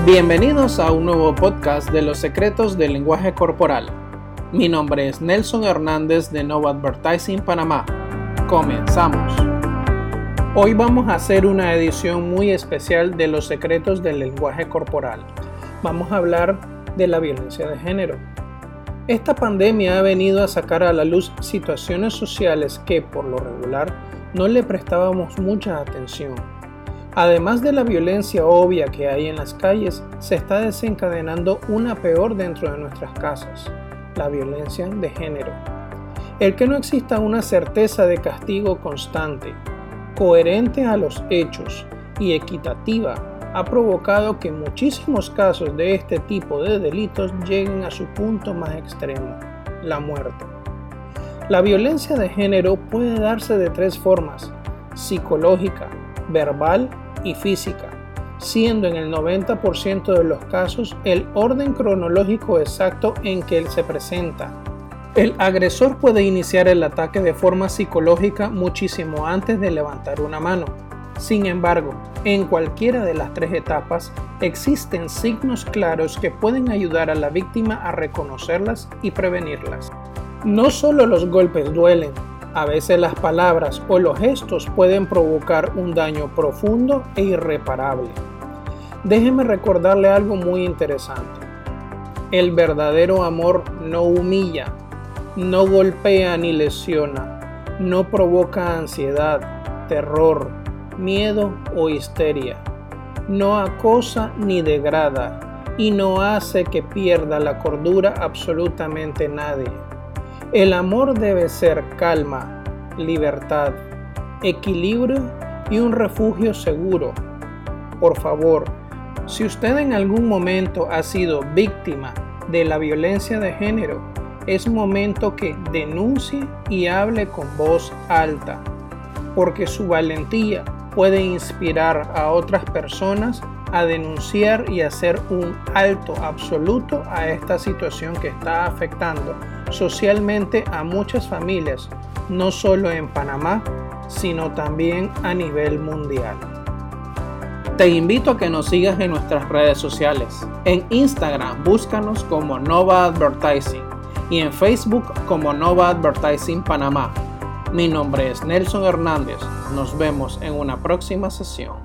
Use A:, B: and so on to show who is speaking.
A: Bienvenidos a un nuevo podcast de los secretos del lenguaje corporal. Mi nombre es Nelson Hernández de Nova Advertising Panamá. Comenzamos. Hoy vamos a hacer una edición muy especial de los secretos del lenguaje corporal. Vamos a hablar de la violencia de género. Esta pandemia ha venido a sacar a la luz situaciones sociales que, por lo regular, no le prestábamos mucha atención. Además de la violencia obvia que hay en las calles, se está desencadenando una peor dentro de nuestras casas, la violencia de género. El que no exista una certeza de castigo constante, coherente a los hechos y equitativa, ha provocado que muchísimos casos de este tipo de delitos lleguen a su punto más extremo, la muerte. La violencia de género puede darse de tres formas: psicológica, verbal y física, siendo en el 90% de los casos el orden cronológico exacto en que él se presenta. El agresor puede iniciar el ataque de forma psicológica muchísimo antes de levantar una mano. Sin embargo, en cualquiera de las tres etapas existen signos claros que pueden ayudar a la víctima a reconocerlas y prevenirlas. No solo los golpes duelen. A veces las palabras o los gestos pueden provocar un daño profundo e irreparable. Déjeme recordarle algo muy interesante. El verdadero amor no humilla, no golpea ni lesiona, no provoca ansiedad, terror, miedo o histeria, no acosa ni degrada y no hace que pierda la cordura absolutamente nadie. El amor debe ser calma, libertad, equilibrio y un refugio seguro. Por favor, si usted en algún momento ha sido víctima de la violencia de género, es momento que denuncie y hable con voz alta, porque su valentía puede inspirar a otras personas a denunciar y hacer un alto absoluto a esta situación que está afectando socialmente a muchas familias, no solo en Panamá, sino también a nivel mundial. Te invito a que nos sigas en nuestras redes sociales. En Instagram, búscanos como Nova Advertising y en Facebook como Nova Advertising Panamá. Mi nombre es Nelson Hernández. Nos vemos en una próxima sesión.